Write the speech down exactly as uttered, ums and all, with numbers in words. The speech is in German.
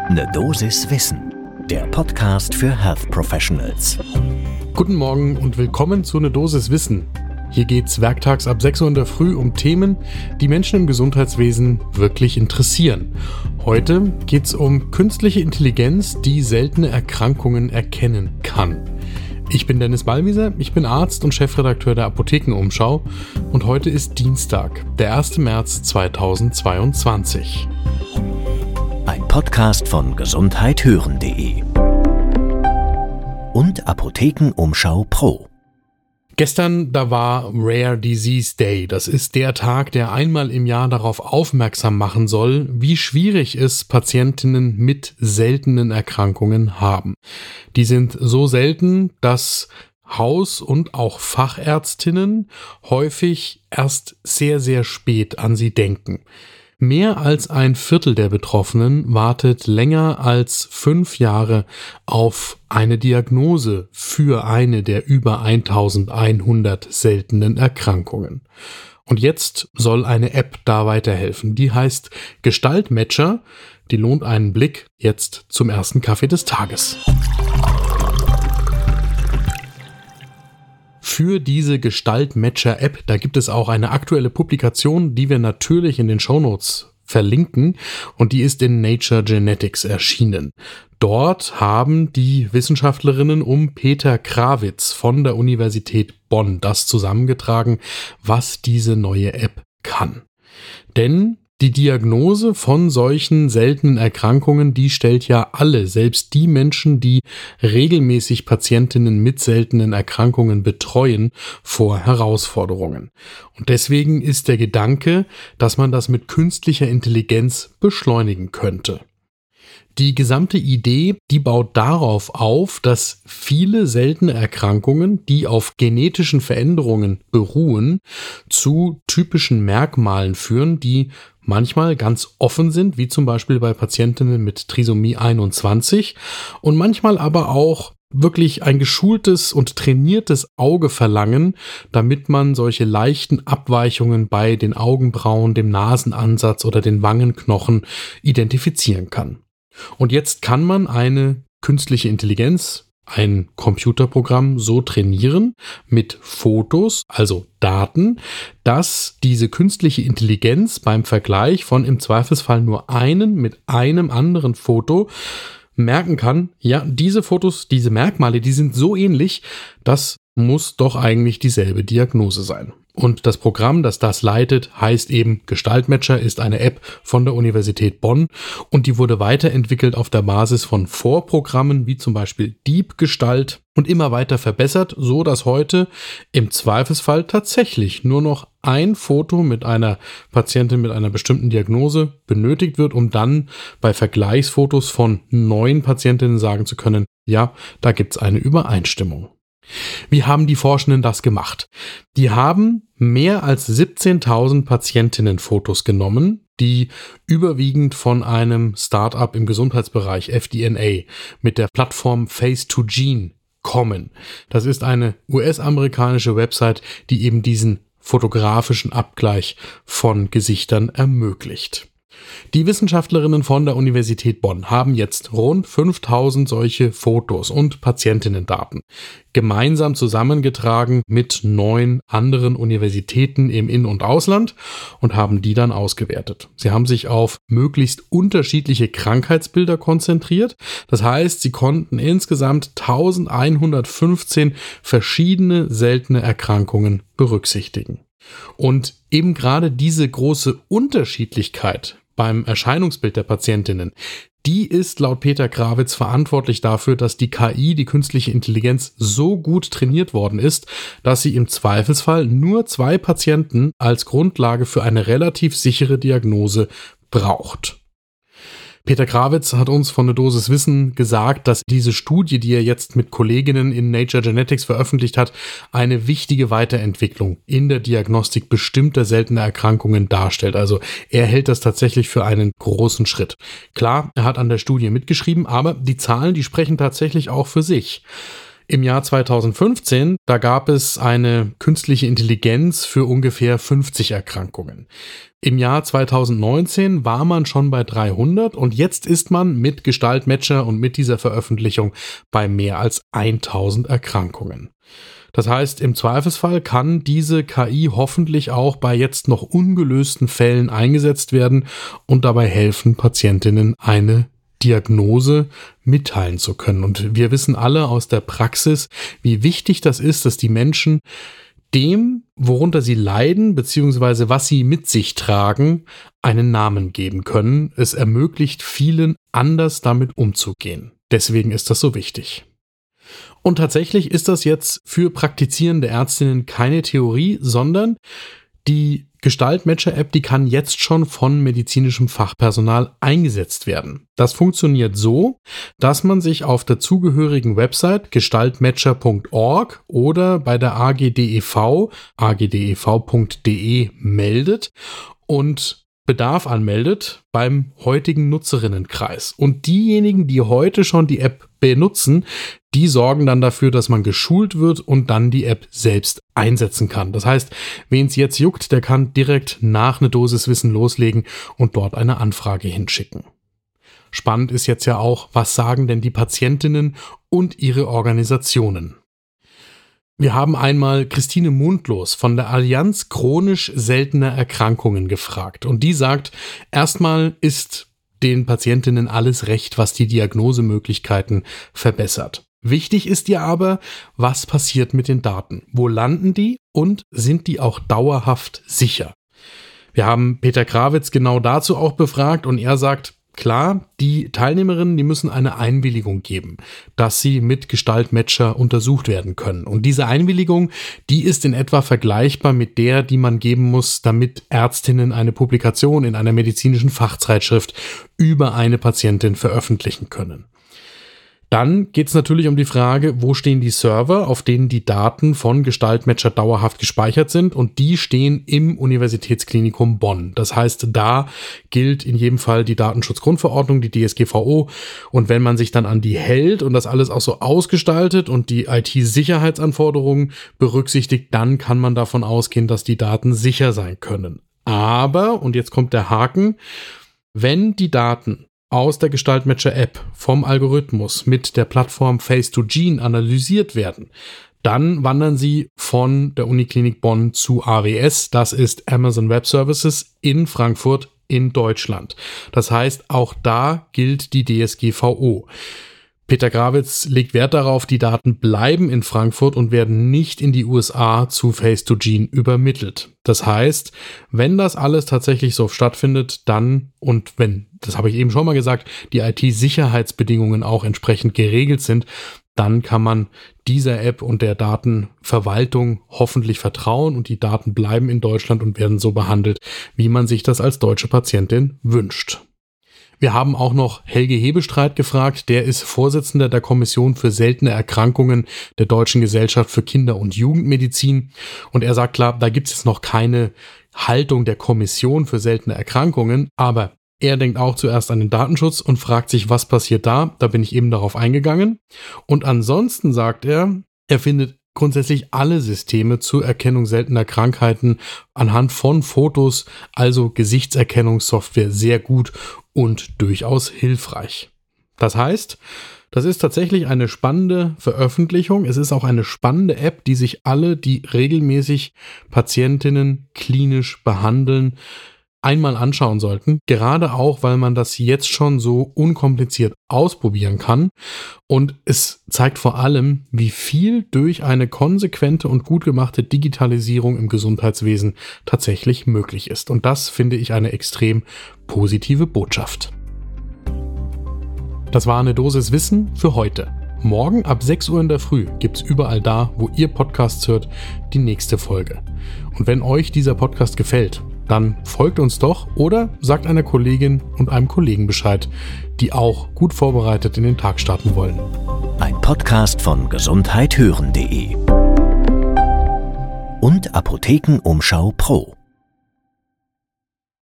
Ne Dosis Wissen, der Podcast für Health Professionals. Guten Morgen und willkommen zu Ne Dosis Wissen. Hier geht's werktags ab sechs Uhr in der Früh um Themen, die Menschen im Gesundheitswesen wirklich interessieren. Heute geht's um künstliche Intelligenz, die seltene Erkrankungen erkennen kann. Ich bin Dennis Ballwieser, ich bin Arzt und Chefredakteur der Apothekenumschau und heute ist Dienstag, der erster März zweitausendzweiundzwanzig. Ein Podcast von gesundheit hören punkt de und Apothekenumschau Pro. Gestern, da war Rare Disease Day. Das ist der Tag, der einmal im Jahr darauf aufmerksam machen soll, wie schwierig es Patientinnen mit seltenen Erkrankungen haben. Die sind so selten, dass Haus- und auch Fachärztinnen häufig erst sehr, sehr spät an sie denken. Mehr als ein Viertel der Betroffenen wartet länger als fünf Jahre auf eine Diagnose für eine der über eintausendeinhundert seltenen Erkrankungen. Und jetzt soll eine App da weiterhelfen. Die heißt Gestaltmatcher. Die lohnt einen Blick jetzt zum ersten Kaffee des Tages. Für diese Gestaltmatcher-App, da gibt es auch eine aktuelle Publikation, die wir natürlich in den Shownotes verlinken, und die ist in Nature Genetics erschienen. Dort haben die Wissenschaftlerinnen um Peter Krawitz von der Universität Bonn das zusammengetragen, was diese neue App kann. Denn die Diagnose von solchen seltenen Erkrankungen, die stellt ja alle, selbst die Menschen, die regelmäßig Patientinnen mit seltenen Erkrankungen betreuen, vor Herausforderungen. Und deswegen ist der Gedanke, dass man das mit künstlicher Intelligenz beschleunigen könnte. Die gesamte Idee, die baut darauf auf, dass viele seltene Erkrankungen, die auf genetischen Veränderungen beruhen, zu typischen Merkmalen führen, die manchmal ganz offen sind, wie zum Beispiel bei Patientinnen mit Trisomie einundzwanzig, und manchmal aber auch wirklich ein geschultes und trainiertes Auge verlangen, damit man solche leichten Abweichungen bei den Augenbrauen, dem Nasenansatz oder den Wangenknochen identifizieren kann. Und jetzt kann man eine künstliche Intelligenz, ein Computerprogramm so trainieren mit Fotos, also Daten, dass diese künstliche Intelligenz beim Vergleich von im Zweifelsfall nur einen mit einem anderen Foto merken kann, ja, diese Fotos, diese Merkmale, die sind so ähnlich, das muss doch eigentlich dieselbe Diagnose sein. Und das Programm, das das leitet, heißt eben Gestaltmatcher, ist eine App von der Universität Bonn und die wurde weiterentwickelt auf der Basis von Vorprogrammen wie zum Beispiel DeepGestalt und immer weiter verbessert, so dass heute im Zweifelsfall tatsächlich nur noch ein Foto mit einer Patientin mit einer bestimmten Diagnose benötigt wird, um dann bei Vergleichsfotos von neun Patientinnen sagen zu können, ja, da gibt's eine Übereinstimmung. Wie haben die Forschenden das gemacht? Die haben mehr als siebzehntausend Patientinnenfotos genommen, die überwiegend von einem Start-up im Gesundheitsbereich F D N A mit der Plattform Face to Gene kommen. Das ist eine U S-amerikanische Website, die eben diesen fotografischen Abgleich von Gesichtern ermöglicht. Die Wissenschaftlerinnen von der Universität Bonn haben jetzt rund fünftausend solche Fotos und Patientinnendaten gemeinsam zusammengetragen mit neun anderen Universitäten im In- und Ausland und haben die dann ausgewertet. Sie haben sich auf möglichst unterschiedliche Krankheitsbilder konzentriert. Das heißt, sie konnten insgesamt eintausendeinhundertfünfzehn verschiedene seltene Erkrankungen berücksichtigen. Und eben gerade diese große Unterschiedlichkeit beim Erscheinungsbild der Patientinnen, die ist laut Peter Krawitz verantwortlich dafür, dass die K I, die künstliche Intelligenz, so gut trainiert worden ist, dass sie im Zweifelsfall nur zwei Patienten als Grundlage für eine relativ sichere Diagnose braucht. Peter Krawitz hat uns von Ne Dosis Wissen gesagt, dass diese Studie, die er jetzt mit Kolleginnen in Nature Genetics veröffentlicht hat, eine wichtige Weiterentwicklung in der Diagnostik bestimmter seltener Erkrankungen darstellt. Also er hält das tatsächlich für einen großen Schritt. Klar, er hat an der Studie mitgeschrieben, aber die Zahlen, die sprechen tatsächlich auch für sich. Im Jahr zweitausendfünfzehn, da gab es eine künstliche Intelligenz für ungefähr fünfzig Erkrankungen. Im Jahr zweitausendneunzehn war man schon bei dreihundert und jetzt ist man mit Gestaltmatcher und mit dieser Veröffentlichung bei mehr als tausend Erkrankungen. Das heißt, im Zweifelsfall kann diese K I hoffentlich auch bei jetzt noch ungelösten Fällen eingesetzt werden und dabei helfen, Patientinnen eine Diagnose mitteilen zu können. Und wir wissen alle aus der Praxis, wie wichtig das ist, dass die Menschen dem, worunter sie leiden, beziehungsweise was sie mit sich tragen, einen Namen geben können. Es ermöglicht vielen, anders damit umzugehen. Deswegen ist das so wichtig. Und tatsächlich ist das jetzt für praktizierende Ärztinnen keine Theorie, sondern die Gestaltmatcher-App, die kann jetzt schon von medizinischem Fachpersonal eingesetzt werden. Das funktioniert so, dass man sich auf der zugehörigen Website gestaltmatcher punkt org oder bei der A G D E V, a g d e v punkt d e meldet und Bedarf anmeldet beim heutigen Nutzerinnenkreis. Und diejenigen, die heute schon die App benutzen, die sorgen dann dafür, dass man geschult wird und dann die App selbst einsetzen kann. Das heißt, wen es jetzt juckt, der kann direkt nach einer Dosis Wissen loslegen und dort eine Anfrage hinschicken. Spannend ist jetzt ja auch, was sagen denn die Patientinnen und ihre Organisationen? Wir haben einmal Christine Mundlos von der Allianz chronisch seltener Erkrankungen gefragt und die sagt, erstmal ist den Patientinnen alles recht, was die Diagnosemöglichkeiten verbessert. Wichtig ist ihr aber, was passiert mit den Daten? Wo landen die und sind die auch dauerhaft sicher? Wir haben Peter Krawitz genau dazu auch befragt und er sagt, klar, die Teilnehmerinnen, die müssen eine Einwilligung geben, dass sie mit Gestaltmatcher untersucht werden können. Und diese Einwilligung, die ist in etwa vergleichbar mit der, die man geben muss, damit Ärztinnen eine Publikation in einer medizinischen Fachzeitschrift über eine Patientin veröffentlichen können. Dann geht es natürlich um die Frage, wo stehen die Server, auf denen die Daten von Gestaltmatcher dauerhaft gespeichert sind, und die stehen im Universitätsklinikum Bonn. Das heißt, da gilt in jedem Fall die Datenschutzgrundverordnung, die D S G V O, und wenn man sich dann an die hält und das alles auch so ausgestaltet und die I T-Sicherheitsanforderungen berücksichtigt, dann kann man davon ausgehen, dass die Daten sicher sein können. Aber, und jetzt kommt der Haken, wenn die Daten aus der Gestaltmatcher-App vom Algorithmus mit der Plattform Face to Gene analysiert werden, dann wandern sie von der Uniklinik Bonn zu A W S, das ist Amazon Web Services in Frankfurt in Deutschland. Das heißt, auch da gilt die D S G V O. Peter Krawitz legt Wert darauf, die Daten bleiben in Frankfurt und werden nicht in die U S A zu Face to Gene übermittelt. Das heißt, wenn das alles tatsächlich so stattfindet, dann, und wenn, das habe ich eben schon mal gesagt, die I T-Sicherheitsbedingungen auch entsprechend geregelt sind, dann kann man dieser App und der Datenverwaltung hoffentlich vertrauen und die Daten bleiben in Deutschland und werden so behandelt, wie man sich das als deutsche Patientin wünscht. Wir haben auch noch Helge Hebestreit gefragt, der ist Vorsitzender der Kommission für seltene Erkrankungen der Deutschen Gesellschaft für Kinder- und Jugendmedizin. Und er sagt klar, da gibt es jetzt noch keine Haltung der Kommission für seltene Erkrankungen, aber er denkt auch zuerst an den Datenschutz und fragt sich, was passiert da? Da bin ich eben darauf eingegangen. Und ansonsten sagt er, er findet grundsätzlich alle Systeme zur Erkennung seltener Krankheiten anhand von Fotos, also Gesichtserkennungssoftware, sehr gut und durchaus hilfreich. Das heißt, das ist tatsächlich eine spannende Veröffentlichung. Es ist auch eine spannende App, die sich alle, die regelmäßig Patientinnen klinisch behandeln, einmal anschauen sollten, gerade auch, weil man das jetzt schon so unkompliziert ausprobieren kann, und es zeigt vor allem, wie viel durch eine konsequente und gut gemachte Digitalisierung im Gesundheitswesen tatsächlich möglich ist, und das finde ich eine extrem positive Botschaft. Das war eine Dosis Wissen für heute. Morgen ab sechs Uhr in der Früh gibt's überall da, wo ihr Podcasts hört, die nächste Folge. Und wenn euch dieser Podcast gefällt, dann folgt uns doch oder sagt einer Kollegin und einem Kollegen Bescheid, die auch gut vorbereitet in den Tag starten wollen. Ein Podcast von gesundheit hören punkt de und Apothekenumschau Pro.